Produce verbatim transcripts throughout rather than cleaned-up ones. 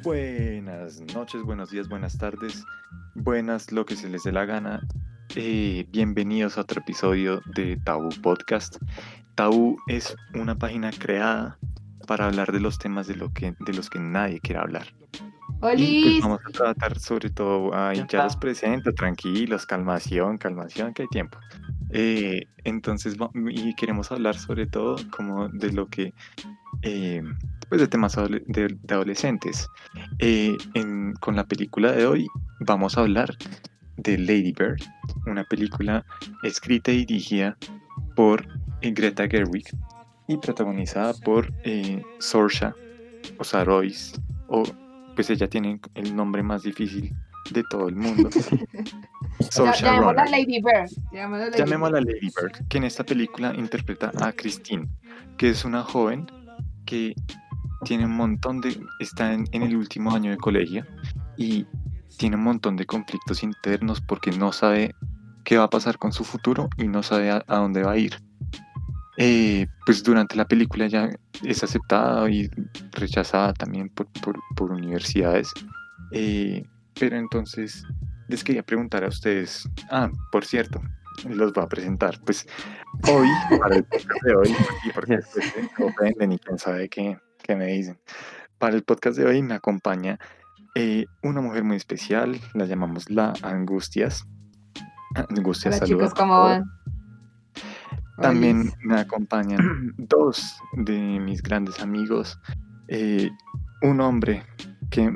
Buenas noches, buenos días, buenas tardes, buenas lo que se les dé la gana. Eh, bienvenidos a otro episodio de Tabú Podcast. Tabú es una página creada para hablar de los temas de, lo que, de los que nadie quiere hablar. Y pues ¡Olis! vamos a tratar sobre todo, ay, ya los presento, tranquilos, calmación, calmación, que hay tiempo. Eh, entonces, va- y queremos hablar sobre todo como de lo que, eh, pues de temas adole- de, de adolescentes. Eh, en- con la película de hoy vamos a hablar de Lady Bird, una película escrita y dirigida por eh, Greta Gerwig y protagonizada por eh, Saoirse o Saoirse, o pues ella tiene el nombre más difícil de todo el mundo, Ya, Saoirse llamémosla Ronan. Lady Bird. Llamémosla Lady Llamémosla Bird. Lady Bird, que en esta película interpreta a Christine, que es una joven que tiene un montón de... está en, en el último año de colegio y tiene un montón de conflictos internos porque no sabe qué va a pasar con su futuro y no sabe a, a dónde va a ir. Eh, pues durante la película ya es aceptada y rechazada también por, por, por universidades. Eh, pero entonces les quería preguntar a ustedes, ah, por cierto, los voy a presentar. Pues hoy, para el podcast de hoy, y porque Yes. después se ofenden y quién sabe qué, qué me dicen. Para el podcast de hoy me acompaña eh, una mujer muy especial, la llamamos la Angustias. Angustias, Hola saluda, chicos, por ¿cómo favor. van? También Olis. me acompañan dos de mis grandes amigos. Eh, un hombre que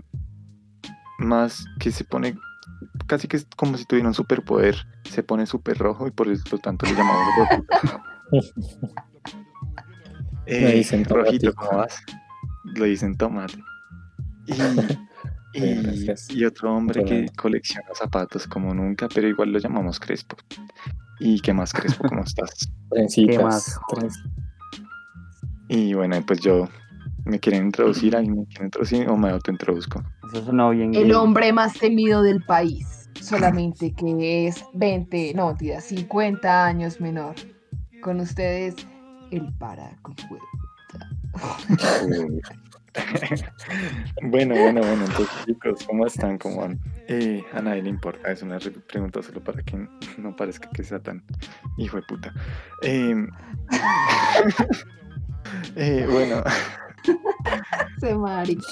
más que se pone, casi que es como si tuviera un superpoder, se pone súper rojo y por lo tanto le llamamos rojito. Me Eh, dicen rojito, tomatico. ¿cómo vas? Lo dicen tomate. Y, Bien, y, gracias. y otro hombre que Rolando. colecciona zapatos como nunca, pero igual lo llamamos Crespo. ¿Y qué más, Crespo? ¿Cómo estás? Trencitas. ¿Qué más? trenc- Y bueno, pues yo, ¿me quieren introducir? ¿Alguien me quiere introducir o me autointroduzco? Eso sonó bien El gringo. hombre más temido del país. Solamente que es veinte, no, mentira, cincuenta años menor. Con ustedes, el Paracuecueta. Uy. Bueno, bueno, bueno, entonces chicos, ¿cómo están? ¿Cómo van? Eh, a nadie le importa, es una re- pregunta solo para que no parezca que sea tan hijo de puta. Eh, eh, bueno, Se marica.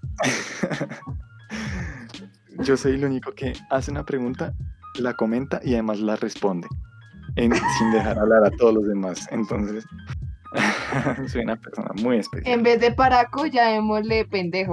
yo soy el único que hace una pregunta, la comenta y además la responde, en- sin dejar hablar a todos los demás. Entonces, soy una persona muy especial. En vez de Paraco, llamémosle pendejo.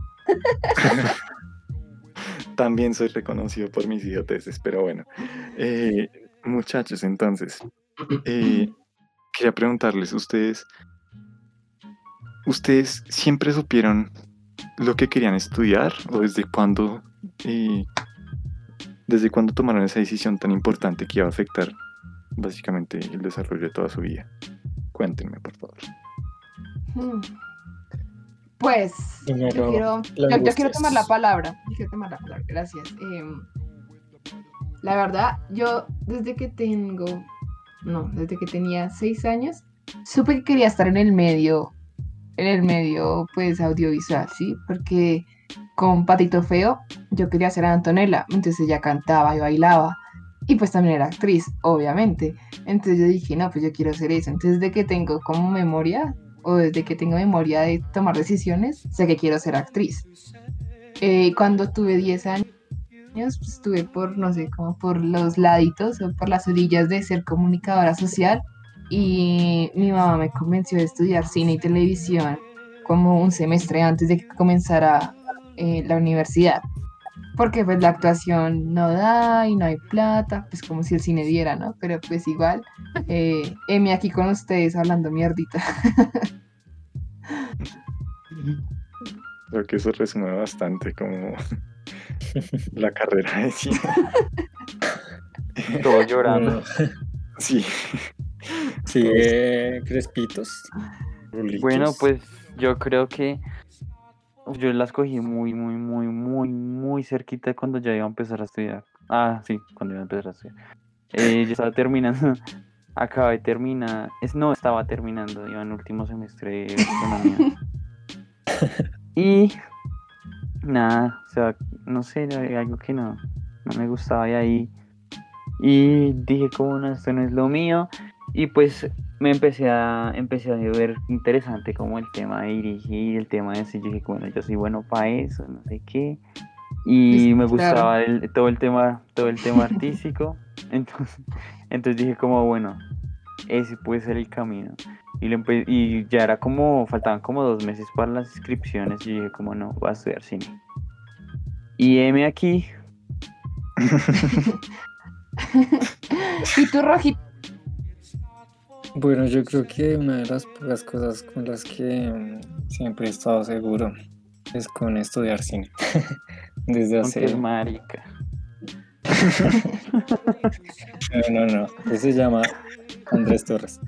También soy reconocido por mis idioteces, pero bueno. Eh, muchachos, entonces, eh, quería preguntarles, ¿ustedes, ¿ustedes siempre supieron lo que querían estudiar o desde cuándo, eh, desde cuándo tomaron esa decisión tan importante que iba a afectar básicamente el desarrollo de toda su vida? Cuéntenme, por favor. Hmm. Pues, Primero, yo quiero, la yo, yo quiero Angustias. tomar la palabra. Yo quiero tomar la palabra, gracias. Em, la verdad, yo desde que tengo, no, desde que tenía seis años, supe que quería estar en el medio, en el medio, pues, audiovisual, ¿sí? Porque con Patito Feo yo quería ser Antonella, entonces ella cantaba y bailaba. Y pues también era actriz, obviamente. Entonces yo dije, no, pues yo quiero hacer eso. Entonces desde que tengo como memoria, o desde que tengo memoria de tomar decisiones, sé que quiero ser actriz. Eh, cuando tuve diez años, pues estuve por, no sé, como por los laditos o por las orillas de ser comunicadora social. Y mi mamá me convenció de estudiar cine y televisión como un semestre antes de que comenzara eh, la universidad. Porque pues la actuación no da y no hay plata, pues como si el cine diera, ¿no? Pero pues igual, eh, heme aquí con ustedes hablando mierdita. Creo que eso resume bastante como la carrera de cine. Todos llorando. Bueno, Sí. sigue Crespitos. Rulitos. Bueno, pues yo creo que yo las cogí muy, muy, muy, muy, muy cerquita de cuando ya iba a empezar a estudiar. Ah, sí, cuando iba a empezar a estudiar. Eh, yo estaba terminando, acabé de terminar, es, no, estaba terminando, iba en último semestre de gastronomía. Y nada, o sea, no sé, era algo que no, no me gustaba y ahí. Y dije, como no, esto no es lo mío. Y pues me empecé a, empecé a ver interesante como el tema de dirigir, el tema de eso. Y yo dije, bueno, yo soy bueno para eso, no sé qué. Pues, Y me claro. gustaba el, todo el tema, todo el tema artístico. Entonces, entonces dije como, bueno, ese puede ser el camino. Y, lo empe- y ya era como, faltaban como dos meses para las inscripciones. Y dije, como no, voy a estudiar cine. Y heme aquí. ¿Y tú, Roji? Bueno, yo creo que una de las pocas cosas con las que mm, siempre he estado seguro es con estudiar cine. Desde Aunque es hace... marica. No, no, no. Ese se llama Andrés Torres.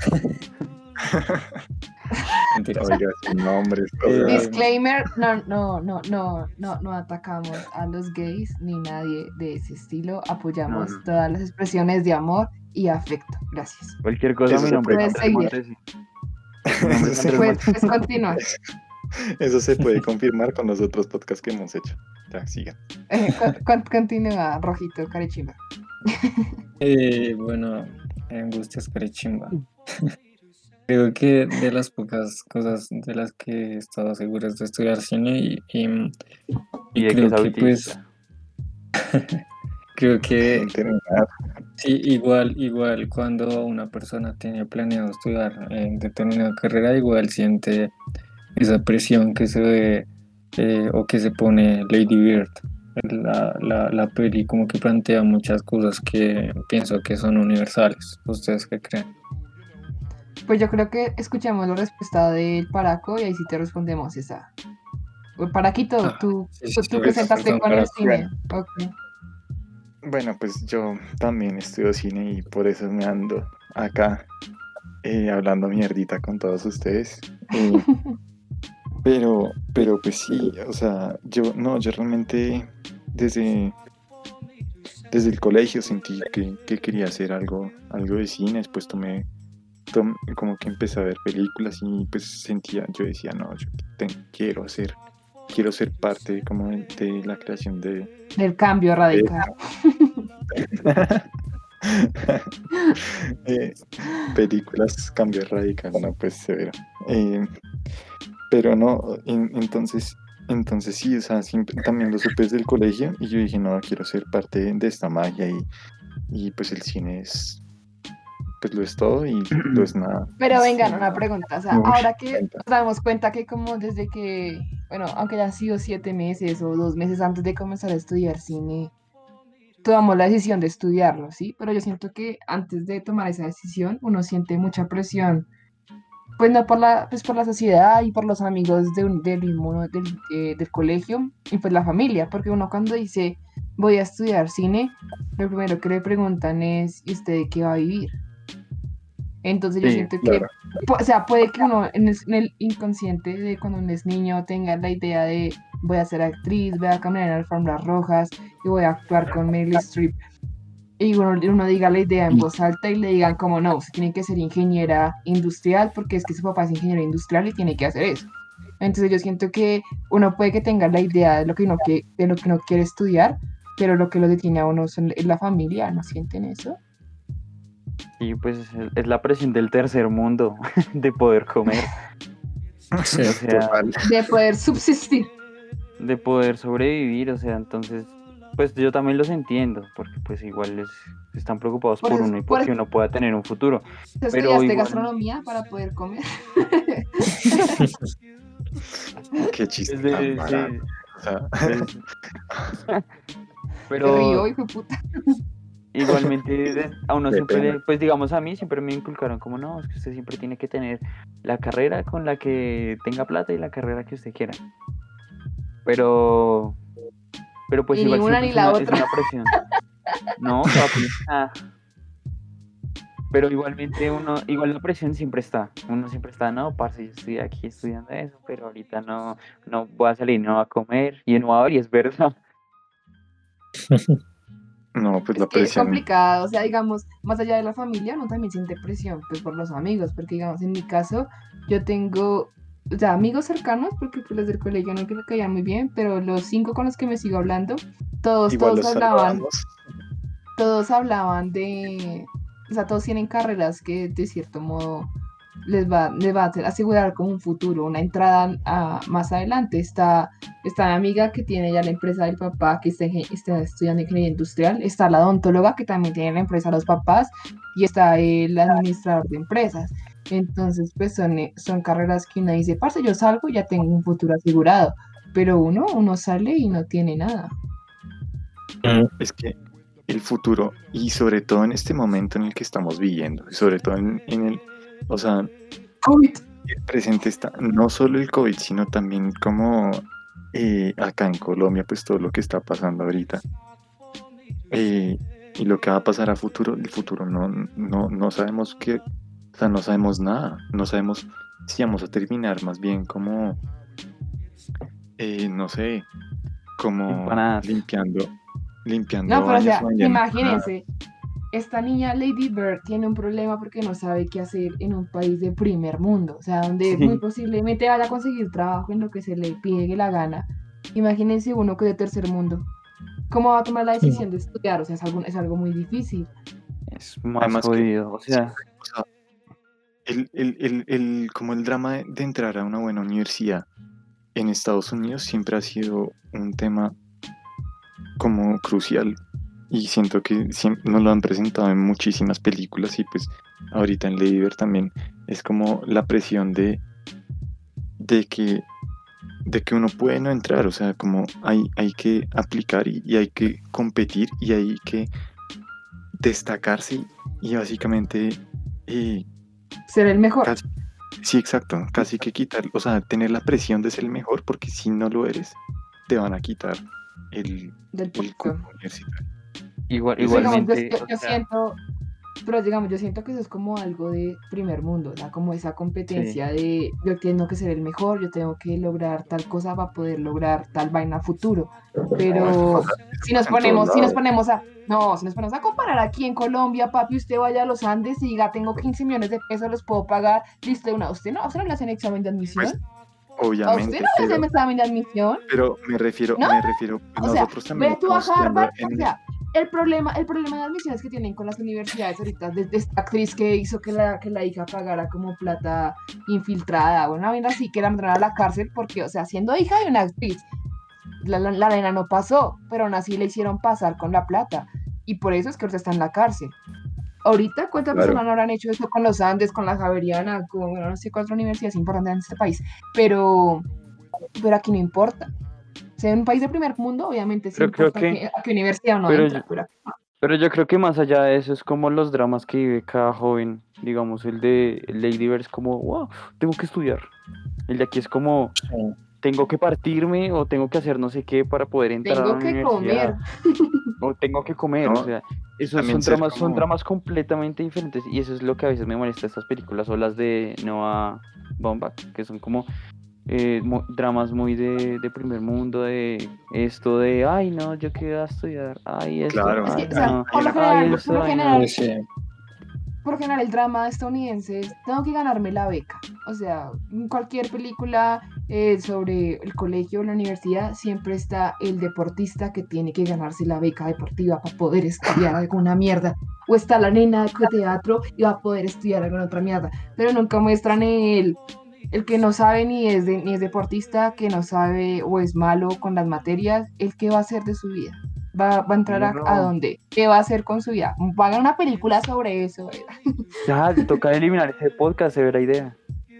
Mentiras. Oiga, sin nombres, o Eh, sea, Disclaimer, no, no, no, no, no, no atacamos a los gays ni nadie de ese estilo. Apoyamos No, no. todas las expresiones de amor y afecto. Gracias. Cualquier cosa, Eso mi se nombre es puede Andrés seguir. Montesi. Mi nombre es eso, se, Andrés Pues, Montesi. pues continúa. eso se puede confirmar con los otros podcasts que hemos hecho. Ya, sigan. Eh, con- con- continúa, Rojito, carechimba. eh, bueno, Angustias Carechimba. Creo que de las pocas cosas de las que he estado seguro es de estudiar cine y, y, y Y de que creo es que pues autista. creo que Sin terminar. sí, igual, igual cuando una persona tiene planeado estudiar en determinada carrera, igual siente esa presión que se ve eh, o que se pone Lady Bird. La, la, la peli como que plantea muchas cosas que pienso que son universales. ¿Ustedes qué creen? Pues yo creo que escuchamos la respuesta del Paraco y ahí sí te respondemos esa. Paraquito, Ah, tú, sí, sí, tú, sí, tú que esa sentaste persona con para- el cine. Ok. Bueno, pues yo también estudio cine y por eso me ando acá eh, hablando mierdita con todos ustedes. Eh, pero, pero pues sí, o sea, yo no, yo realmente desde, desde el colegio sentí que, que quería hacer algo, algo de cine, después tomé, tom- como que empecé a ver películas y pues sentía, yo decía, no, yo te- quiero hacer, quiero ser parte como de, de la creación de, Del cambio radical. eh, películas cambio radical, no, pues severo. Eh, pero no, en- entonces, entonces sí, o sea, siempre, también lo supe desde el colegio y yo dije, no, quiero ser parte de esta magia y, y pues el cine es, pues lo es todo y lo es nada. Pero Es, vengan, una pregunta. O sea, uy, ahora que cuenta. nos damos cuenta que como desde que, bueno, aunque ya han sido siete meses o dos meses antes de comenzar a estudiar cine, tomamos la decisión de estudiarlo, ¿sí? Pero yo siento que antes de tomar esa decisión, uno siente mucha presión, pues no por la, pues por la sociedad y por los amigos de un- del mismo, del, eh, del colegio y pues la familia, porque uno cuando dice voy a estudiar cine, lo primero que le preguntan es, ¿y usted de qué va a vivir? Entonces yo Sí, siento que, Claro. pu- o sea, puede que uno en el, en el inconsciente de cuando uno es niño tenga la idea de voy a ser actriz, voy a caminar en alfombras rojas y voy a actuar con Meryl Streep. Y uno, uno diga la idea en voz alta y le digan como no, usted tiene que ser ingeniera industrial porque es que su papá es ingeniero industrial y tiene que hacer eso. Entonces yo siento que uno puede que tenga la idea de lo que uno, que, de lo que uno quiere estudiar, pero lo que lo detiene a uno son- es la familia, ¿no sienten eso? y pues es, es la presión del tercer mundo de poder comer, Sí, o sea, Total. De poder subsistir. de poder sobrevivir, o sea, entonces, pues yo también los entiendo, porque pues igual les están preocupados Por por eso- uno y por porque eso- uno pueda tener un futuro. ¿Tú Pero estudiaste igual- gastronomía para poder comer? Qué chiste Desde- tan sí, barato. O sea, desde- Se pero rió, hijo de puta. igualmente de- a uno Qué siempre, pena. le- pues digamos a mí siempre me inculcaron como no, es que usted siempre tiene que tener la carrera con la que tenga plata y la carrera que usted quiera. Pero, pero pues Y ni igual una siempre ni es la una, es otra. una presión. No, papi, ah. Pero igualmente uno, igual la presión siempre está. Uno siempre está, no, parce, yo estoy aquí estudiando eso, pero ahorita no, no voy a salir, no voy a comer. Y uno va a ver y es verdad. no, pues Es la que es presión. complicado, o sea, digamos, más allá de la familia, uno también siente presión, pues por los amigos, porque digamos, en mi caso, yo tengo o sea, amigos cercanos, porque pues, los del colegio no que me caían muy bien, pero los cinco con los que me sigo hablando, todos, Igual todos los hablaban, saludamos. todos hablaban de, o sea, todos tienen carreras que de cierto modo les va, les va a hacer- asegurar como un futuro, una entrada a- más adelante. Está, está mi amiga que tiene ya la empresa del papá, que está, ingen- está estudiando ingeniería industrial, está la odontóloga que también tiene la empresa de los papás, y está el administrador de empresas. Entonces, pues son, eh, son carreras que uno dice, parce, yo salgo y ya tengo un futuro asegurado, pero uno, uno sale y no tiene nada. Mm. Es que el futuro, y sobre todo en este momento en el que estamos viviendo, y sobre todo en, en el, o sea, COVID. el presente está no solo el COVID, sino también como eh, acá en Colombia, pues todo lo que está pasando ahorita. Eh, y lo que va a pasar a futuro, el futuro no, no, no sabemos qué, o sea, no sabemos nada, no sabemos si vamos a terminar más bien como, eh, no sé, como Empanadas. limpiando, limpiando No, pero o baños sea, o vendiendo empanadas. imagínense, esta niña Lady Bird tiene un problema porque no sabe qué hacer en un país de primer mundo, o sea, donde Sí. muy posiblemente vaya a conseguir trabajo en lo que se le pegue la gana. Imagínense uno que es de tercer mundo. ¿Cómo va a tomar la decisión de estudiar? O sea, es algo, es algo muy difícil. Es más Además que, jodido. O sea, o sea, el, el, el, el- como el drama de, de entrar a una buena universidad en Estados Unidos siempre ha sido un tema como crucial y siento que siempre nos lo han presentado en muchísimas películas y pues ahorita en Lady Bird también es como la presión de, de que de que uno puede no entrar, o sea, como hay, hay que aplicar y, y hay que competir y hay que destacarse y básicamente eh, Ser el mejor. casi, sí, exacto, casi que quitar, o sea, tener la presión de ser el mejor, porque si no lo eres, te van a quitar el, Del el puesto. cupo universitario. igual, Pero Digamos, yo, igualmente, yo- o yo sea, siento, pero digamos, yo siento que eso es como algo de primer mundo, o sea, como esa competencia de yo tengo que ser el mejor, yo tengo que lograr tal cosa para poder lograr tal vaina a futuro. No, eso Pero pasa, eso si nos pasa en todos ponemos, si nos lados. ponemos a, no, si nos ponemos a comparar aquí en Colombia, papi, usted vaya a los Andes y diga, tengo quince millones de pesos, los puedo pagar, listo, de una, ¿usted no, a usted no le hacen examen de admisión? Pues, ¿A usted obviamente, no le pero, hacen examen de admisión? pero me refiero, ¿No? me refiero, O sea, nosotros también ve tú a estamos estudiando Harvard, en o sea, el problema, el problema de admisiones que tienen con las universidades ahorita, desde esta actriz que hizo que la, que la hija pagara como plata infiltrada, o una vaina así, que la mandaron a la cárcel, porque, o sea, siendo hija de una actriz, la, la, la nena no pasó, pero aún así le hicieron pasar con la plata, y por eso es que ahorita está en la cárcel. Ahorita, ¿cuántas Claro. personas no habrán hecho esto con los Andes, con la Javeriana, con, bueno, no sé cuántas universidades importantes en este país, pero, pero aquí no importa. O sea, en un país de primer mundo, obviamente sí Pero creo importa que- que, a qué universidad uno pero entra, yo- pero pero yo creo que más allá de eso es como los dramas que vive cada joven. Digamos, el de Lady Bird es como, wow, tengo que estudiar. El de aquí es como, Sí. tengo que partirme o tengo que hacer no sé qué para poder entrar a tengo la que universidad. comer. O tengo que comer, No, o sea, esos también son ser dramas, son como- dramas completamente diferentes y eso es lo que a veces me molesta de estas películas o las de Noah Baumbach, que son como eh, mo- dramas muy de, de primer mundo, de esto de, ay no, yo quiero estudiar, ay esto, Claro. Es que, ay o sea, no, por lo Ay, general, ay por esta lo vaina. general, Sí, sí. por lo general el drama estadounidense es, tengo que ganarme la beca. O sea, en cualquier película eh, sobre el colegio o la universidad siempre está el deportista que tiene que ganarse la beca deportiva para poder estudiar alguna mierda. O está la nena de teatro y va a poder estudiar alguna otra mierda. Pero nunca muestran el, el que no sabe ni es, de- ni es deportista, que no sabe o es malo con las materias, el que va a hacer de su vida. Va, va a entrar a, No. a dónde, qué va a hacer con su vida. Hagan una película sobre eso. eh. Ya, toca eliminar ese podcast, severa idea.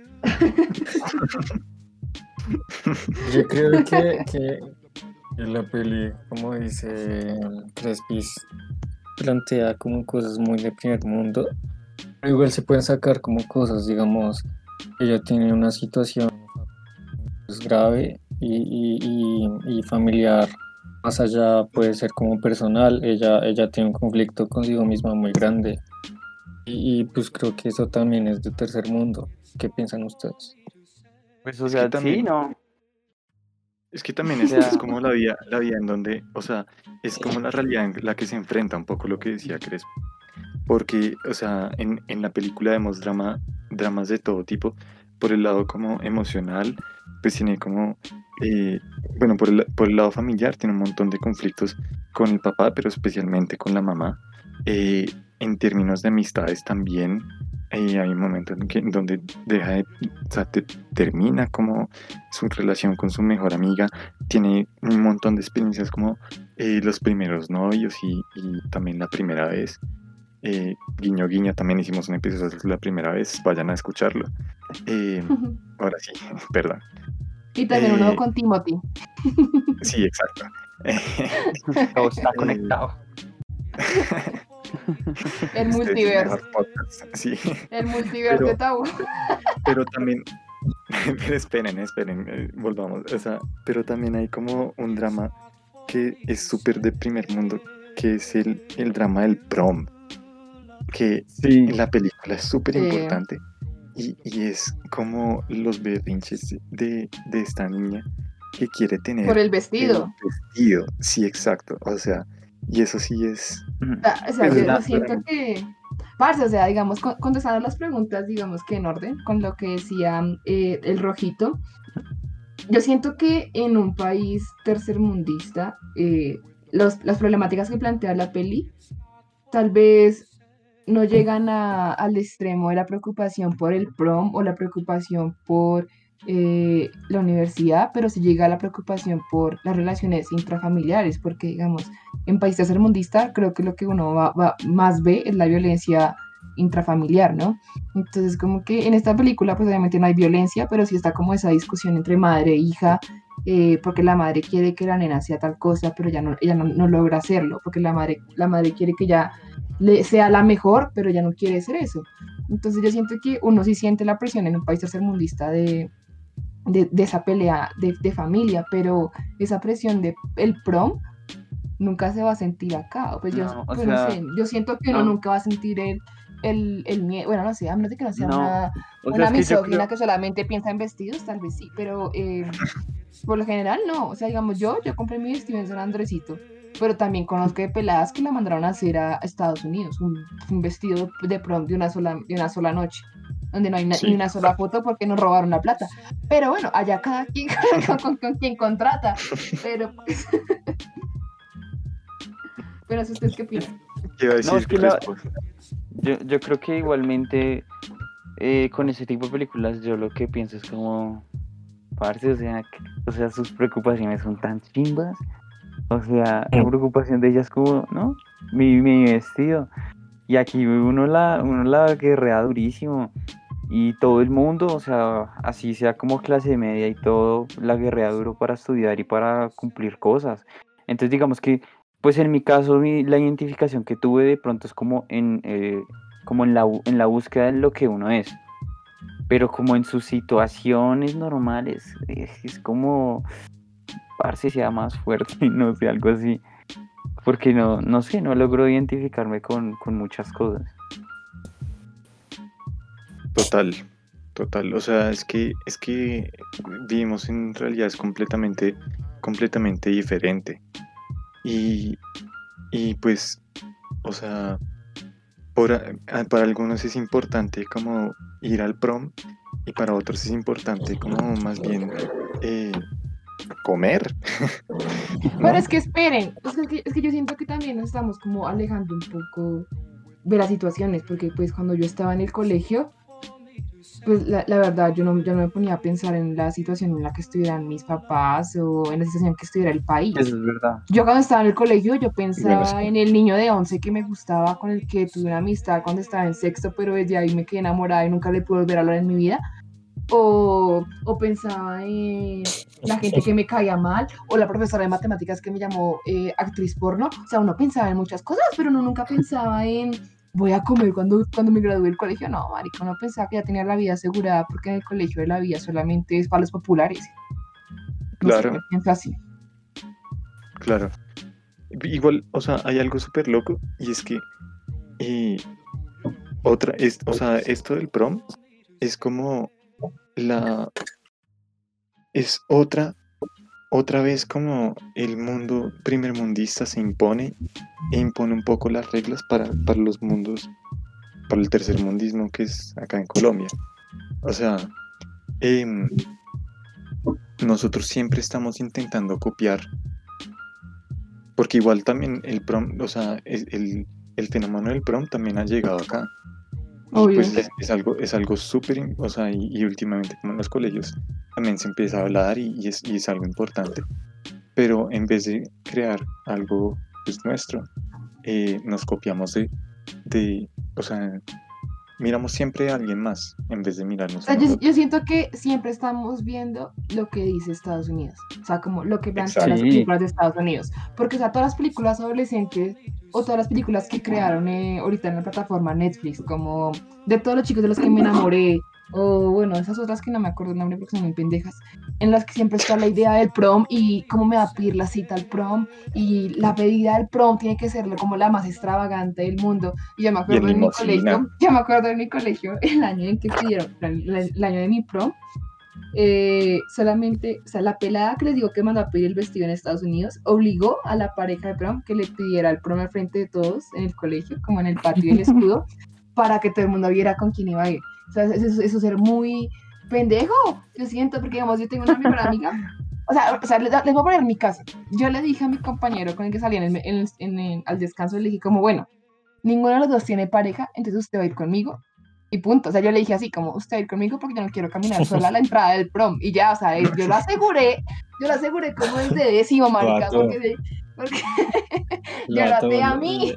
Yo creo que, que en la peli, como dice Crespis, plantea como cosas muy de primer mundo, pero igual se pueden sacar como cosas, digamos, ella tiene una situación pues, grave y, y, y, y familiar, más allá puede ser como personal, ella, ella tiene un conflicto consigo misma muy grande y, y pues creo que eso también es de tercer mundo. ¿Qué piensan ustedes? Pues o Es sea, que también- sí, no. Es que también es, O sea- es como la vida, la vida en donde, o sea, es como la realidad en la que se enfrenta un poco lo que decía Crespo. porque, o sea, en, en la película vemos drama, dramas de todo tipo, por el lado como emocional, pues tiene como, eh, bueno, por el, por el lado familiar tiene un montón de conflictos con el papá, pero especialmente con la mamá. Eh, en términos de amistades también, eh, hay un momento en que, en donde deja de, o sea, te- termina como su relación con su mejor amiga, tiene un montón de experiencias como eh, los primeros novios y, y también la primera vez. Eh, guiño, guiño, también hicimos un episodio sobre la primera vez, vayan a escucharlo. Eh, ahora sí, perdón. Y también uno Eh, con Timothy. sí, exacto. Todo está Eh, conectado. El este es el multiverso. mejor podcast, sí. El multiverso de Pero, Tabú. pero también, pero esperen, esperen, eh, volvamos. O sea, pero también hay como un drama que es súper de primer mundo, que es el, el drama del prom, que Sí, en la película es súper Sí. importante y, y es como los berrinches de, de esta niña que quiere tener Por el el vestido. vestido. Sí, exacto. O sea, y eso sí es. Ah, O sea, Eso yo, es yo La- un siento drama. que, parce, o sea, digamos, con- contestando las preguntas, digamos que en orden, con lo que decía eh, el rojito, yo siento que en un país tercermundista, eh, los, las problemáticas que plantea la peli tal vez no llegan a- al extremo de la preocupación por el prom o la preocupación por eh, la universidad, pero sí llega a la preocupación por las relaciones intrafamiliares, porque digamos, en países tercermundista creo que lo que uno va- va- más ve es la violencia intrafamiliar, ¿no? Entonces como que en esta película pues obviamente no hay violencia, pero sí está como esa discusión entre madre e hija, eh, porque la madre quiere que la nena sea tal cosa, pero ella no, ella no, no logra hacerlo, porque la madre, la madre quiere que ya le, sea la mejor, pero ella no quiere ser eso. Entonces yo siento que uno sí siente la presión en un país tercermundista de, de, de esa pelea de, de, familia, pero esa presión de el prom nunca se va a sentir acá. Pues yo, No, o pues no sea, sé, yo siento que uno no, nunca va a sentir el, el, el miedo, bueno, no sé, a menos de que no sea no. una, O sea, una es que yo misógina creo. que solamente piensa en vestidos, tal vez sí, pero eh, por lo general no. O sea, digamos, yo, yo compré mi vestido en San Andresito, pero también conozco de peladas que la mandaron a hacer a Estados Unidos, un, un vestido de prom de una sola, de una sola noche, donde no hay na- ni Sí, una sola foto porque nos robaron la plata. Pero bueno, allá cada quien con, con, con quien contrata. Pero, pues, pero si ustedes qué opinan. ¿qué iba a No, decir es tu que la, respuesta? yo, yo creo que igualmente eh, con ese tipo de películas yo lo que pienso es como, parce, o sea, que- o sea, sus preocupaciones son tan chimbas. O sea, la preocupación de ella es como, ¿no? Mi, mi vestido. Y aquí uno la, uno la guerrea durísimo. Y todo el mundo, o sea, así sea como clase media y todo, la guerrea duro para estudiar y para cumplir cosas. Entonces, digamos que, pues en mi caso, mi- la identificación que tuve de pronto es como en, eh, como en la, bu- en la búsqueda de lo que uno es. Pero como en sus situaciones normales, es, es como, parce, sea más fuerte, no sé, algo así. Porque no, no sé, no logro identificarme con, con muchas cosas. Total, total. O sea, es que, es que vivimos en realidades completamente, completamente diferente. Y, y pues, o sea, por a- a- para algunos es importante como ir al prom y para otros es importante como más bien eh, comer, Pero ¿no? es que esperen, es que, es que yo siento que también nos estamos como alejando un poco de las situaciones, porque pues cuando yo estaba en el colegio, pues la, la verdad yo no, yo no me ponía a pensar en la situación en la que estuvieran mis papás o en la situación que estuviera el país. Eso es verdad. Yo cuando estaba en el colegio, yo Bueno, pensaba sí, en el niño de once que me gustaba, con el que tuve una amistad cuando estaba en sexto, pero desde ahí me quedé enamorada y nunca le pude volver a hablar en mi vida. O, o pensaba en la gente que me caía mal, o la profesora de matemáticas que me llamó eh, actriz porno. O sea, uno pensaba en muchas cosas, pero uno nunca pensaba en voy a comer cuando, cuando me gradué del colegio. No, marica, uno pensaba que ya tenía la vida asegurada porque en el colegio de la vida solamente es para los populares. No sé, yo claro, pienso así. claro. Igual, o sea, hay algo súper loco y es que eh, otra, es, o sea, esto del prom es como la, es otra otra vez como el mundo primermundista se impone e impone un poco las reglas para, para los mundos, para el tercermundismo que es acá en Colombia. O sea, em, nosotros siempre estamos intentando copiar, porque igual también el prom, o sea, es- el, el fenómeno del prom también ha llegado acá. Y Obvio. pues es, es algo, es algo súper, im- o sea, y, y últimamente como en los colegios también se empieza a hablar y, y es, y es algo importante. Pero en vez de crear algo pues, nuestro, eh, nos copiamos de, de, o sea, miramos siempre a alguien más en vez de O mirarnos a sea, yo, nosotros. yo siento que siempre estamos viendo lo que dice Estados Unidos, o sea, como lo que plantean las Sí, películas de Estados Unidos, porque, o sea, todas las películas adolescentes o todas las películas que crearon eh, ahorita en la plataforma Netflix, como de todos los chicos de los que me enamoré, o bueno, esas otras que no me acuerdo el nombre porque son muy pendejas, en las que siempre está la idea del prom y cómo me va a pedir la cita al prom y la pedida del prom tiene que ser como la más extravagante del mundo. Y yo me Y en acuerdo en mi limosina. colegio, yo me acuerdo en mi colegio el año en que pidieron, el, el año de mi prom, eh, solamente, o sea, la pelada que les digo que mandó a pedir el vestido en Estados Unidos obligó a la pareja de prom que le pidiera el prom al frente de todos en el colegio, como en el patio del escudo, para que todo el mundo viera con quién iba a ir. O sea, eso, eso, eso ser muy pendejo, yo siento, porque digamos, yo tengo una mejor amiga. O sea, o sea les, les voy a poner mi caso. Yo le dije a mi compañero con el que salía en el, en el, en el, al descanso, le dije como, bueno, ninguno de los dos tiene pareja, entonces usted va a ir conmigo. Y punto. O sea, yo le dije así, como, usted va a ir conmigo porque yo no quiero caminar sola a la entrada del prom. Y ya, o sea, yo lo aseguré, yo lo aseguré como desde décimo, marica, Vato, porque, porque el yo lo vato, até a el- mí.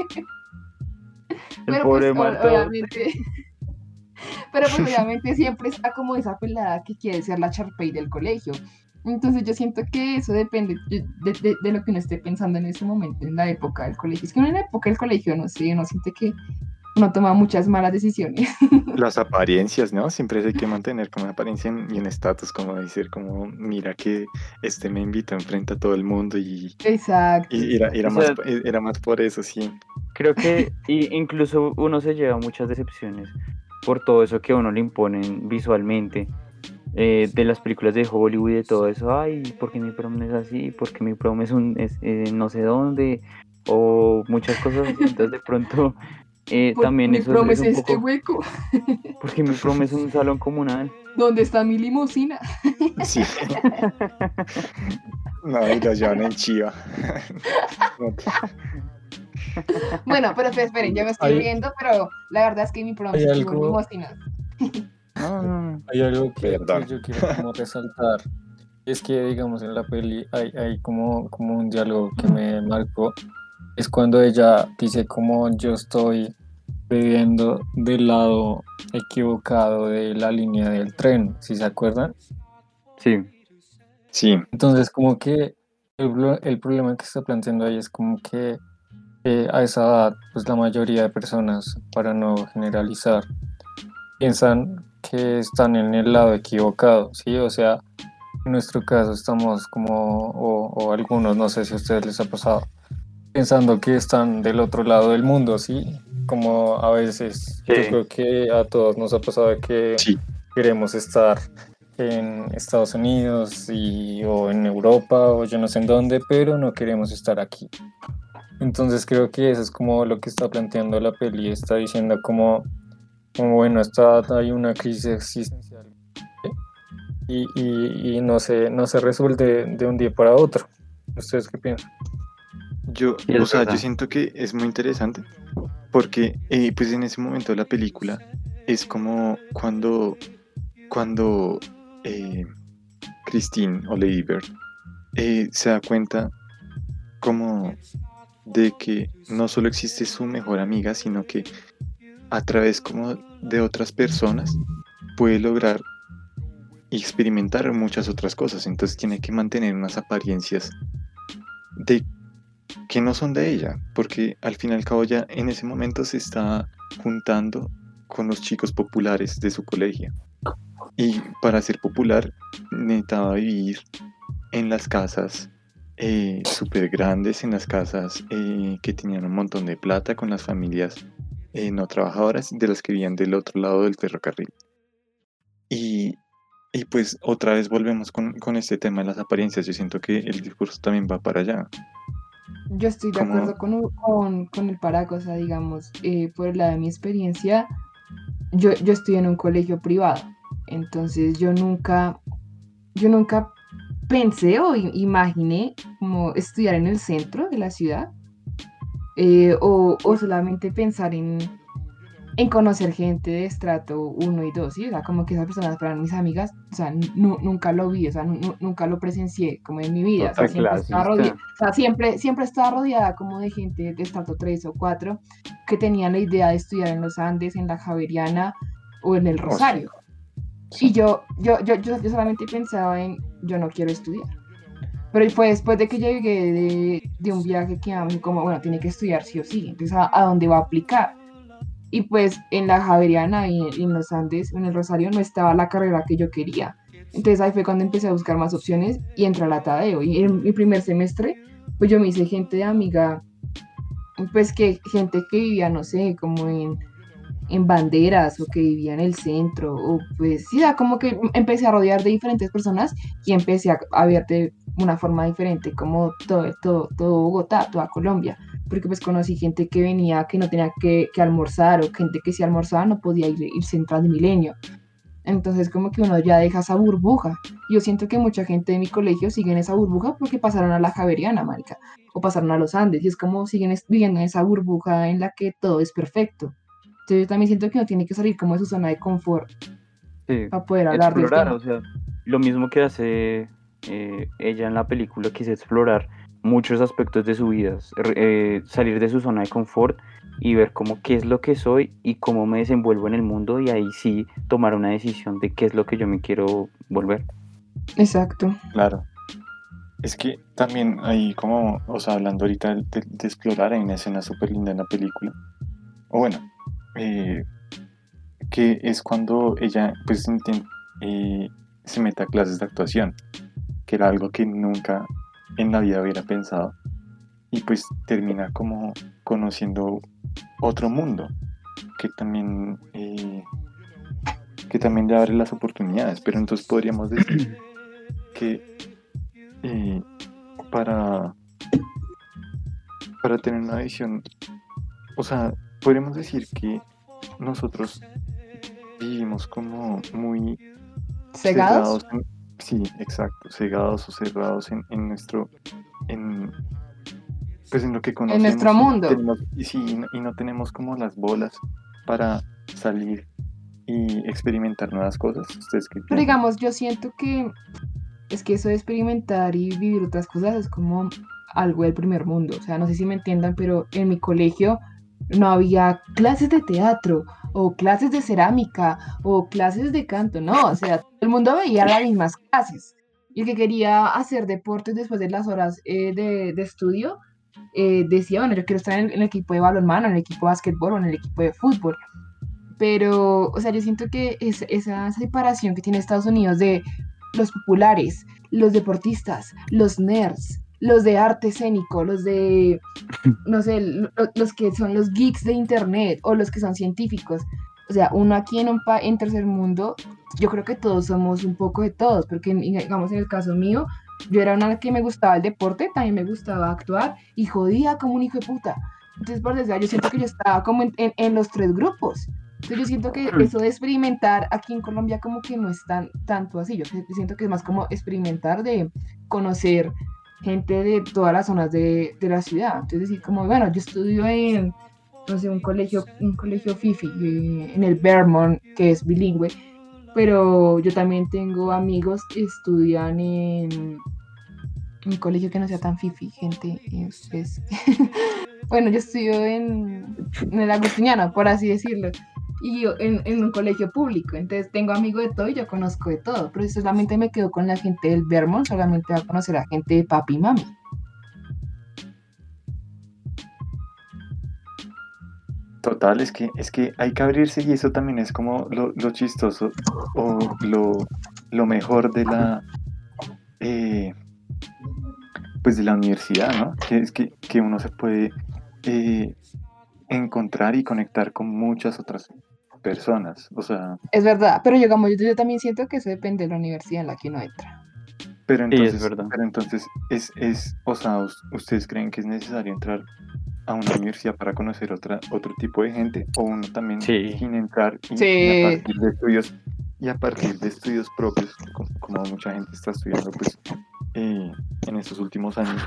el Pero pues, pobre o- Mato. obviamente, pero pues obviamente siempre está como esa pelada que quiere ser la Sharpay del colegio. Entonces yo siento que eso depende de, de- de lo que uno esté pensando en ese momento, en la época del colegio. Es que uno en la época del colegio, no sé, uno siente que uno toma muchas malas decisiones. Las apariencias, ¿no? Siempre hay que mantener como una apariencia en- y un estatus, como decir, como, mira que este me invitó enfrente a todo el mundo y, Exacto. y era, era O más, sea, era más por eso, sí. creo que y incluso uno se lleva muchas decepciones por todo eso que a uno le imponen visualmente, eh, de las películas de Hollywood y de todo eso. Ay, ¿por qué mi prom no es así? ¿Por qué mi prom es un es, eh, no sé dónde? O muchas cosas así. Entonces de pronto eh, Porque también mi eso es, prom es es un este poco, hueco. porque mi prom es un salón comunal. ¿Dónde está mi limusina? Sí. No, y lo llevan en chiva. No te- Bueno, pero esperen, esperen, yo me estoy Hay, riendo, pero la verdad es que mi prom hay sí tuvo algo, limusinas. No, no, no. hay algo que, que Perdón. yo quiero como resaltar. Es que, digamos, en la peli hay, hay como, como un diálogo que me marcó. Es cuando ella dice como yo estoy viviendo del lado equivocado de la línea del tren, ¿si se acuerdan? Sí, Sí, Entonces, como que el, pro- el problema que está planteando ahí es como que eh, a esa edad, pues la mayoría de personas, para no generalizar, piensan que están en el lado equivocado, ¿sí? O sea, en nuestro caso estamos como, o, o algunos, no sé si a ustedes les ha pasado, pensando que están del otro lado del mundo, ¿sí? Como a veces, yo sí. creo que a todos nos ha pasado que sí. queremos estar en Estados Unidos y, o en Europa o yo no sé en dónde, pero no queremos estar aquí. Entonces creo que eso es como lo que está planteando la peli, está diciendo como, como bueno, está, hay una crisis existencial y, y, y no se, no se resuelve de un día para otro. ¿Ustedes qué piensan? Yo, Sí, o es sea, yo verdad. siento que es muy interesante porque, eh, pues en ese momento de la película es como cuando, cuando eh, Christine o Lady Bird eh, se da cuenta como de que no solo existe su mejor amiga, sino que a través como de otras personas puede lograr y experimentar muchas otras cosas. Entonces tiene que mantener unas apariencias de que no son de ella, porque al fin y al cabo ya en ese momento se está juntando con los chicos populares de su colegio. Y para ser popular necesitaba vivir en las casas eh, súper grandes, en las casas eh, que tenían un montón de plata, con las familias eh, no trabajadoras, de las que vivían del otro lado del ferrocarril. Y y pues otra vez volvemos con, con este tema de las apariencias. Yo siento que el discurso también va para allá. Yo estoy de Como, acuerdo con, u- con, con el párrafo, o sea, digamos, eh, por el lado de mi experiencia, yo, yo estoy en un colegio privado, entonces yo nunca, yo nunca pensé o i- imaginé como estudiar en el centro de la ciudad, eh, o, o solamente pensar en, en conocer gente de estrato uno y dos, ¿sí? O sea, como que esas personas fueran mis amigas, o sea, nu- nunca lo vi, o sea, nu- nu- nunca lo presencié como en mi vida, o sea, Otra siempre estaba rodeada, clasista. o sea, siempre, siempre estaba rodeada como de gente de estrato tres o cuatro que tenían la idea de estudiar en los Andes, en la Javeriana o en el oh, sí, Rosario. Y sí, yo, yo, yo, yo, yo solamente pensaba en, yo no quiero estudiar. Pero fue después de que yo llegué de, de un viaje que a mí como, bueno, tiene que estudiar sí o sí, entonces a, a dónde va a aplicar. Y pues en la Javeriana y en los Andes, en el Rosario, no estaba la carrera que yo quería. Entonces ahí fue cuando empecé a buscar más opciones y entré a la Tadeo. Y en mi primer semestre, pues yo me hice gente de amiga, pues que gente que vivía, no sé, como en, en Banderas o que vivía en el centro, o pues sí, ya como que empecé a rodear de diferentes personas y empecé a, a ver de una forma diferente como todo, todo, todo Bogotá, toda Colombia, porque pues conocí gente que venía que no tenía que, que almorzar o gente que si almorzaba no podía ir, irse en Transmilenio. Entonces como que uno ya deja esa burbuja. Yo siento que mucha gente de mi colegio sigue en esa burbuja porque pasaron a la Javeriana, marica, o pasaron a los Andes, y es como siguen es- viviendo en esa burbuja en la que todo es perfecto. Entonces yo también siento que uno tiene que salir como de su zona de confort Sí, para poder hablar del explorar, tema. o sea, lo mismo que hace eh, ella en la película, que es explorar muchos aspectos de su vida, s- re- eh, salir de su zona de confort y ver cómo qué es lo que soy y cómo me desenvuelvo en el mundo y ahí sí tomar una decisión de qué es lo que yo me quiero volver. Exacto. claro. Es que también hay como, o sea, hablando ahorita de, de explorar, hay una escena súper linda en la película. O bueno, eh, que es cuando ella pues inten- eh, se mete a clases de actuación, que era algo que nunca en la vida hubiera pensado. Y pues termina como conociendo otro mundo, que también, eh, que también le abre las oportunidades. Pero entonces podríamos decir que eh, para, para tener una visión, o sea, podríamos decir que nosotros vivimos como muy ¿Cegados? cerrados en, sí, exacto, cegados o cerrados en, en nuestro, en, pues en lo que En nuestro conocemos y mundo. tenemos, y sí, y no, y no tenemos como las bolas para salir y experimentar nuevas cosas. ¿Ustedes qué Pero piensan? digamos, yo siento que es que eso de experimentar y vivir otras cosas es como algo del primer mundo. O sea, no sé si me entiendan, pero en mi colegio no había clases de teatro o clases de cerámica o clases de canto, no. O sea, todo el mundo veía las mismas clases. Y el que quería hacer deportes después de las horas eh, de, de estudio, eh, decía, bueno, yo quiero estar en, en el equipo de balonmano, en el equipo de básquetbol o en el equipo de fútbol. Pero, o sea, yo siento que es, esa separación que tiene Estados Unidos de los populares, los deportistas, los nerds, los de arte escénico, los de, no sé, lo- los que son los geeks de internet o los que son científicos. O sea, uno aquí en un pa en tercer mundo, yo creo que todos somos un poco de todos, porque en- digamos en el caso mío, yo era una que me gustaba el deporte, también me gustaba actuar y jodía como un hijo de puta. Entonces, por decir, yo siento que yo estaba como en, en, en los tres grupos. Entonces, yo siento que eso de experimentar aquí en Colombia como que no es tan tanto así. Yo siento que es más como experimentar de conocer gente de todas las zonas de, de la ciudad. Entonces, decir, como, bueno, yo estudio en, no sé, un colegio, un colegio FIFI, eh, en el Vermont, que es bilingüe, pero yo también tengo amigos que estudian en un colegio que no sea tan FIFI, gente. Es, es- bueno, yo estudio en, en el Agustiniano, por así decirlo. Y yo en, en un colegio público, entonces tengo amigos de todo y yo conozco de todo, pero si solamente me quedo con la gente del Vermont, solamente va a conocer a gente de papi y mami. Total, es que, es que hay que abrirse y eso también es como lo, lo chistoso o lo, lo mejor de la, eh, pues de la universidad, ¿no? Que es que, que uno se puede eh, encontrar y conectar con muchas otras personas, o sea, Es verdad, pero digamos, yo, yo también siento que eso depende de la universidad en la que uno entra. pero Sí, es entonces, verdad. pero entonces es, es, o sea, us- ¿ustedes creen que es necesario entrar a una universidad para conocer otra, otro tipo de gente? O uno también Sí. sin entrar y, y a Sí, partir de estudios, y a partir de estudios propios, como, como mucha gente está estudiando, pues, eh, en estos últimos años,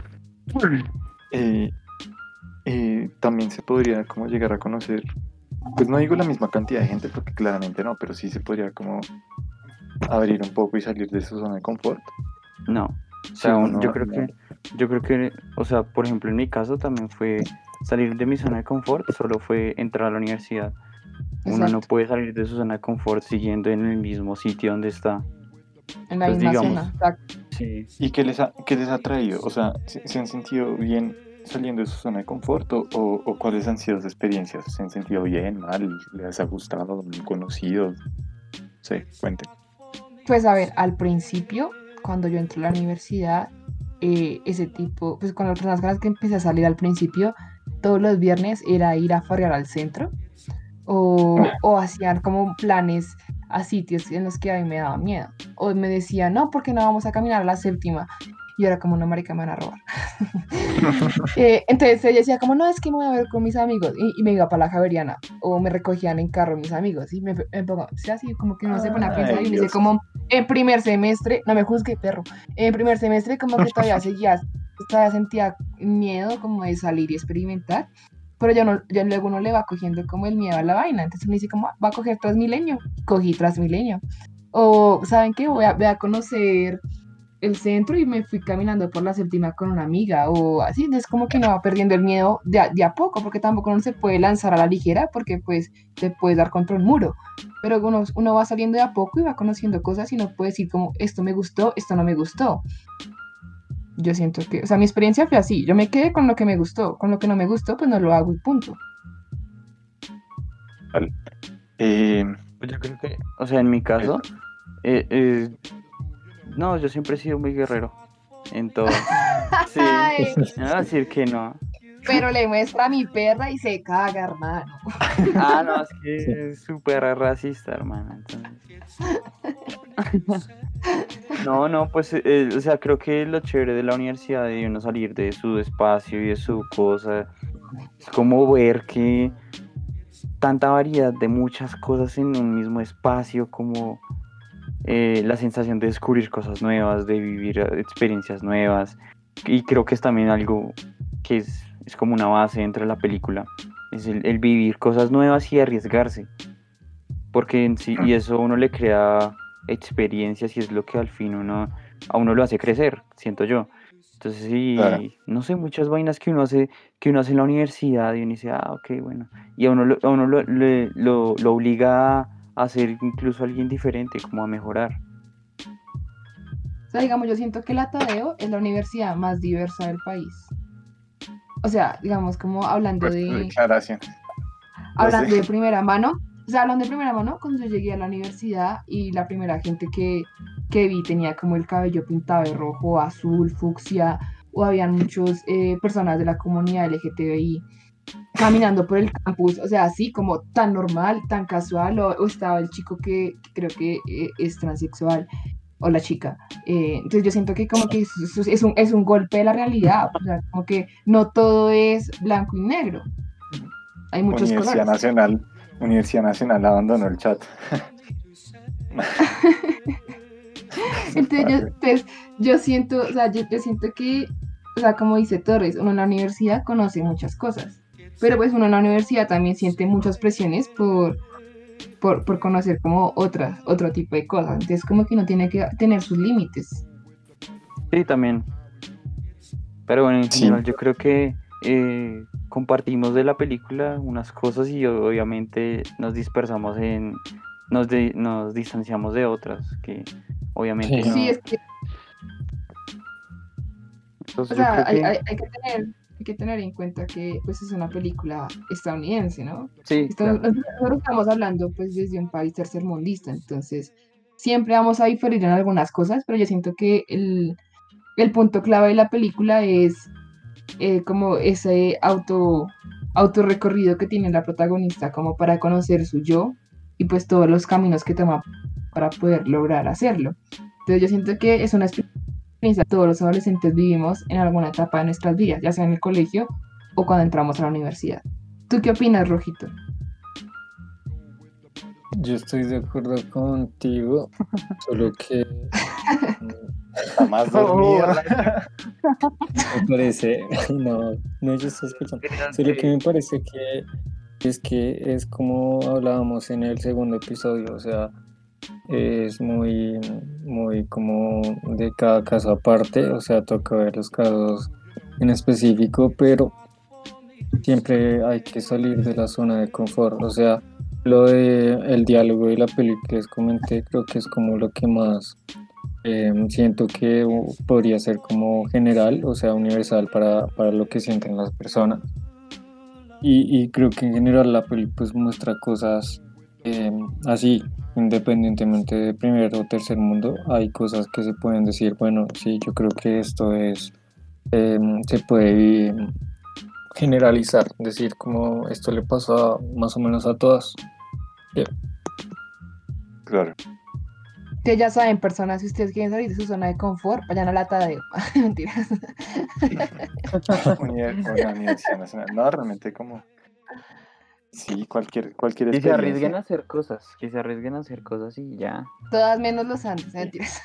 eh, eh, también se podría como llegar a conocer, pues no digo la misma cantidad de gente, porque claramente no, pero sí se podría como abrir un poco y salir de su zona de confort. No, o Sí, sea, uno un- no- yo creo no- que, yo creo que, o sea, por ejemplo, en mi caso también fue salir de mi zona de confort, solo fue entrar a la universidad. Uno no exacto, puede salir de su zona de confort siguiendo en el mismo sitio donde está. en la Entonces, misma digamos, zona, exacto. sí, ¿Y qué les ha, qué les ha traído? O sea, ¿se, se han sentido bien saliendo de su zona de confort o, o- o cuáles han sido sus experiencias? ¿Se han sentido bien, mal? ¿Les ha gustado? ¿Han conocido? Sí, cuenten. Pues a ver, al principio, cuando yo entré a la universidad, eh, ese tipo, pues con las personas con las que empecé a salir al principio, todos los viernes era ir a farrear al centro o, o hacían como planes a sitios en los que a mí me daba miedo. O me decían, no, porque no vamos a caminar a la séptima. Y yo era como, no, marica, me van a robar. Eh, entonces ella decía como, no, es que me voy a ver con mis amigos. Y, y me iba para la Javeriana. O me recogían en carro mis amigos. Y me, me pongo, o sea, así como que uno se pone a pensar Ay, y me dice Dios. como, en primer semestre, no me juzgue, perro. En primer semestre como que todavía seguía, todavía sentía miedo como de salir y experimentar. Pero ya, no, ya luego uno le va cogiendo como el miedo a la vaina. Entonces uno dice como, "Ah, va a coger Transmilenio". Cogí Transmilenio. O, ¿saben qué? Voy a, voy a conocer el centro y me fui caminando por la séptima con una amiga o así, es como que uno va perdiendo el miedo de a, de a poco, porque tampoco uno se puede lanzar a la ligera porque pues te puedes dar contra un muro, pero uno, uno va saliendo de a poco y va conociendo cosas y no puede decir como esto me gustó, esto no me gustó. Yo siento que, o sea, mi experiencia fue así, yo me quedé con lo que me gustó, con lo que no me gustó pues no lo hago y punto. Vale. Eh, pues yo creo que, o sea, en mi caso, eh, eh, no, yo siempre he sido muy guerrero en todo. Sí, Ay, no voy a decir que no. pero le muestra a mi perra y se caga, hermano. Ah, no, es Sí. que es súper racista, hermana. Entonces. No, no, pues, eh, o sea, creo que lo chévere de la universidad, de uno salir de su espacio y de su cosa, es como ver que tanta variedad de muchas cosas en un mismo espacio, como eh, la sensación de descubrir cosas nuevas, de vivir eh, experiencias nuevas. Y creo que es también algo que es, es como una base dentro de la película, es el, el vivir cosas nuevas y arriesgarse. Porque en sí, y eso a uno le crea experiencias y es lo que al fin uno, a uno lo hace crecer, siento yo. Entonces sí, Claro. no sé, muchas vainas que uno hace, que uno hace en la universidad y uno dice, ah, ok, bueno. Y a uno lo, a uno lo, le- lo, lo obliga a, a ser incluso alguien diferente, como a mejorar. O sea, digamos, yo siento que la Tadeo es la universidad más diversa del país. O sea, digamos, como hablando fuertes de, declaraciones. Lo hablando de sé. primera mano, o sea, hablando de primera mano, cuando yo llegué a la universidad y la primera gente que, que vi tenía como el cabello pintado de rojo, azul, fucsia, o habían muchas personas de la comunidad L G T B I caminando por el campus, o sea, así como tan normal, tan casual, o, o estaba el chico que, que creo que eh, es transexual, o la chica. Eh, entonces yo siento que como que es, es un, es un golpe de la realidad, o sea, como que no todo es blanco y negro, hay muchos Universidad colores. Nacional, Universidad Nacional abandonó el chat. Entonces yo, entonces, yo siento, o sea, yo, yo siento que, o sea, como dice Torres, uno en la universidad conoce muchas cosas, pero pues uno en la universidad también siente muchas presiones por, por, por conocer como otras, otro tipo de cosas. Entonces como que uno tiene que tener sus límites. Sí, también. Pero bueno, en Sí, general yo creo que eh, compartimos de la película unas cosas y obviamente nos dispersamos en, nos, de- nos distanciamos de otras, que obviamente Sí. no. Sí, es que, Entonces o yo sea, creo hay, que hay, hay que tener, hay que tener en cuenta que pues es una película estadounidense, ¿no? sí, Estamos, claro. nosotros estamos hablando pues desde un país tercermundista, entonces siempre vamos a diferir en algunas cosas, pero yo siento que el, el punto clave de la película es eh, como ese auto, autorrecorrido que tiene la protagonista como para conocer su yo y pues todos los caminos que toma para poder lograr hacerlo. Entonces yo siento que es una experiencia que todos los adolescentes vivimos en alguna etapa de nuestras vidas, ya sea en el colegio o cuando entramos a la universidad. ¿Tú qué opinas, Rojito? Yo estoy de acuerdo contigo, solo que Está más dormido. me parece, no, no, yo estoy escuchando, solo que me parece que es que es como hablábamos en el segundo episodio, o sea, es muy, muy como de cada caso aparte, o sea, toca ver los casos en específico, pero siempre hay que salir de la zona de confort, o sea, lo de el diálogo y la película que les comenté, creo que es como lo que más eh, siento que uh, podría ser como general, o sea, universal para, para lo que sienten las personas. Y, y creo que en general la película pues muestra cosas eh, así, independientemente de primer o tercer mundo, hay cosas que se pueden decir, bueno, sí, yo creo que esto es, eh, se puede generalizar, decir como esto le pasa a, más o menos a todas. Yeah. Claro. Que ya saben, personas, si ustedes quieren salir de su zona de confort, vayan a la Tadeo. Mentiras. Univers- una universidad nacional. No, realmente como... Sí, cualquier, cualquier Que se arriesguen experiencia. a hacer cosas, que se arriesguen a hacer cosas y ya. Todas menos los Andes, mentiras.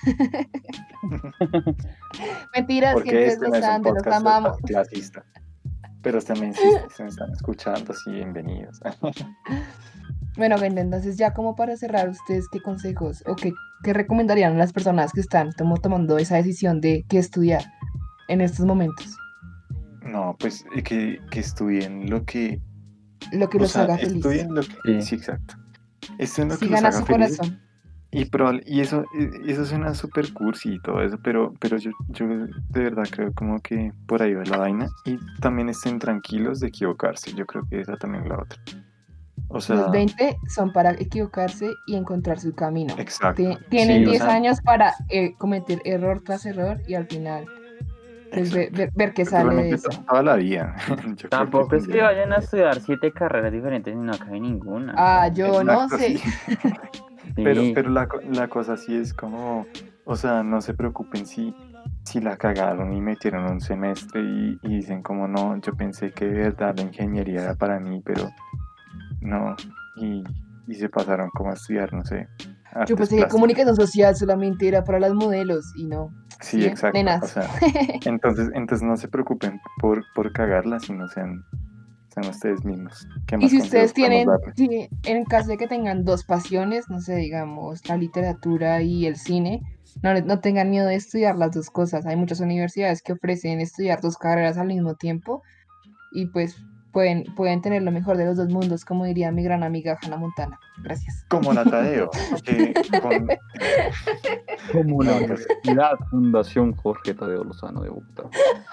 Mentiras, Porque gente de este no los es un Andes, los podcast amamos. clasista. Pero también si se me están escuchando, sí, bienvenidos. Bueno, gente, entonces ya como para cerrar, ¿ustedes qué consejos o qué, qué recomendarían a las personas que están tomo- tomando esa decisión de qué estudiar en estos momentos? No, pues eh, que, que estudien lo que... Lo que O los sea, haga feliz. estudien lo que... Sí. Sí, exacto. Estudien lo que los Sigan a haga su felices. corazón. Y, probable, y eso, y- eso suena súper cursi y todo eso, pero, pero yo, yo de verdad creo como que por ahí va la vaina. Y también estén tranquilos de equivocarse. Yo creo que esa también es la otra. O Los sea, veinte son para equivocarse y encontrar su camino. exacto. Te- tienen Sí, o diez sea, años para eh, cometer error tras error y al final pues, ve- exacto. ver, ver qué sale de Realmente eso. to- toda la vida. Yo creo que Tampoco es que tendrían vayan a estudiar siete carreras diferentes y no acabe ninguna. Ah, o sea, yo no Exacto, sé. sí. sí. Pero, pero la, co- la cosa sí es como, o sea, no se preocupen si, si la cagaron y metieron un semestre y, y dicen como no, yo pensé que de verdad la ingeniería era para mí, pero no, y, y se pasaron como a estudiar, no sé, Yo artes pensé que plásticas. comunicación social solamente era para las modelos y no. Sí, ¿Sí? exacto, Nenas. o sea, entonces, entonces no se preocupen por, por cagarla, sino sean, sean ustedes mismos. ¿Qué Y más si consejos ustedes podemos tienen, darle? si en caso de que tengan dos pasiones, no sé, digamos, la literatura y el cine, no, le- no tengan miedo de estudiar las dos cosas. Hay muchas universidades que ofrecen estudiar dos carreras al mismo tiempo y pues pueden, pueden tener lo mejor de los dos mundos, como diría mi gran amiga Hannah Montana. Gracias. Como la Tadeo, que con... Como No, la pues- Universidad Fundación Jorge Tadeo Lozano de Bogotá.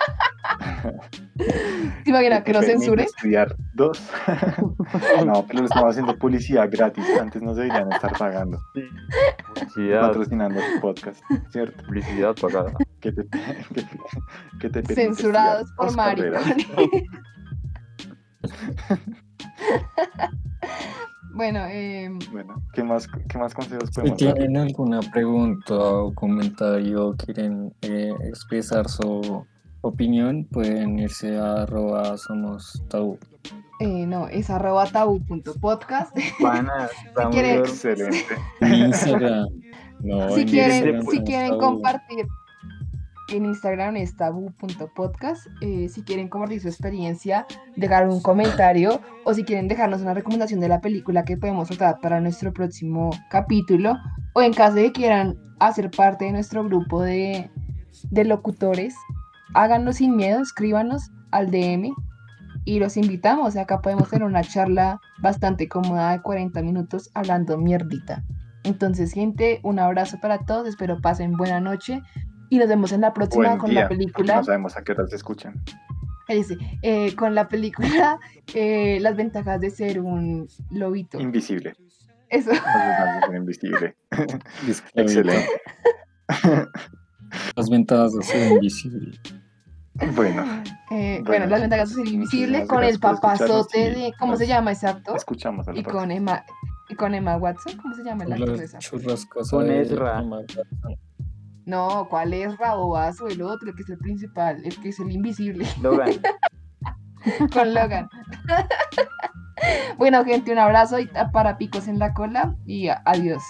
¿Te imaginas que te no permite censuren? estudiar dos. No, pero lo estamos haciendo publicidad gratis. Antes nos deberían estar pagando, Sí. Publicidad, patrocinando su podcast, ¿cierto? publicidad pagada. Que te, que, que te permite Censurados estudiar por dos carreras. maricones. Bueno, eh, Bueno, ¿qué más, qué más consejos Si podemos dar? tienen alguna pregunta o comentario, quieren eh, expresar su opinión, pueden irse a arroba somos tabú. eh, no, es arroba tabú punto podcast. Pana, estamos quieren- de- Excelente. En Instagram. No, Si en quieren, Instagram si somos quieren tabú. compartir en Instagram es tabú punto podcast. Eh, si quieren compartir su experiencia, dejar un comentario o si quieren dejarnos una recomendación de la película que podemos tratar para nuestro próximo capítulo o en caso de que quieran hacer parte de nuestro grupo de, de locutores, háganlo sin miedo, escríbanos al D M y los invitamos. Acá podemos tener una charla bastante cómoda de cuarenta minutos hablando mierdita. Entonces, gente, un abrazo para todos, espero pasen buena noche y nos vemos en la próxima Buen con día, la porque película, no sabemos a qué hora se escuchan. ese, eh, con la película eh, Las ventajas de ser un lobito. Invisible. Eso. Las ventajas de ser invisible. Disclosure. Excelente. Las ventajas de ser invisible. Bueno, Eh, bueno, Bueno, Las ventajas de ser muchísimas invisible con el gracias por escucharnos papazote y de, ¿cómo nos se llama exacto? escuchamos a la Y próxima. con Emma, y con Emma Watson, ¿cómo se llama la Los actriz esa? churrascos Con de Ezra. Emma Watson. No, ¿cuál es Rabobazo? El otro, el que es el principal, el que es el invisible, Logan. con Logan. Bueno, gente, un abrazo y para picos en la cola y a- adiós.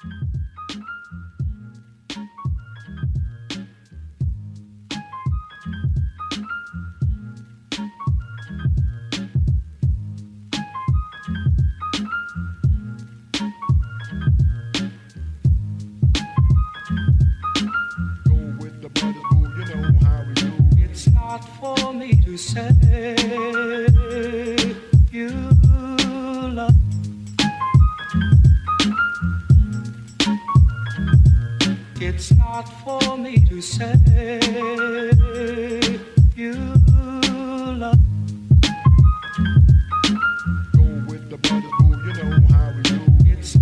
Go with the brothers, boo, you know how we do. It's not for me to say you love. It's not for me to say you love. Go with the brothers, boo, you know how we do. It's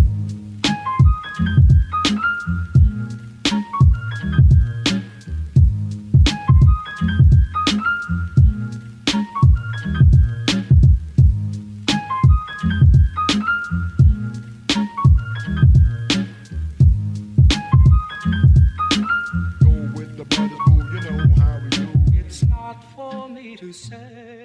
Go with the brothers, boo, you know how we do. it's not for me to say.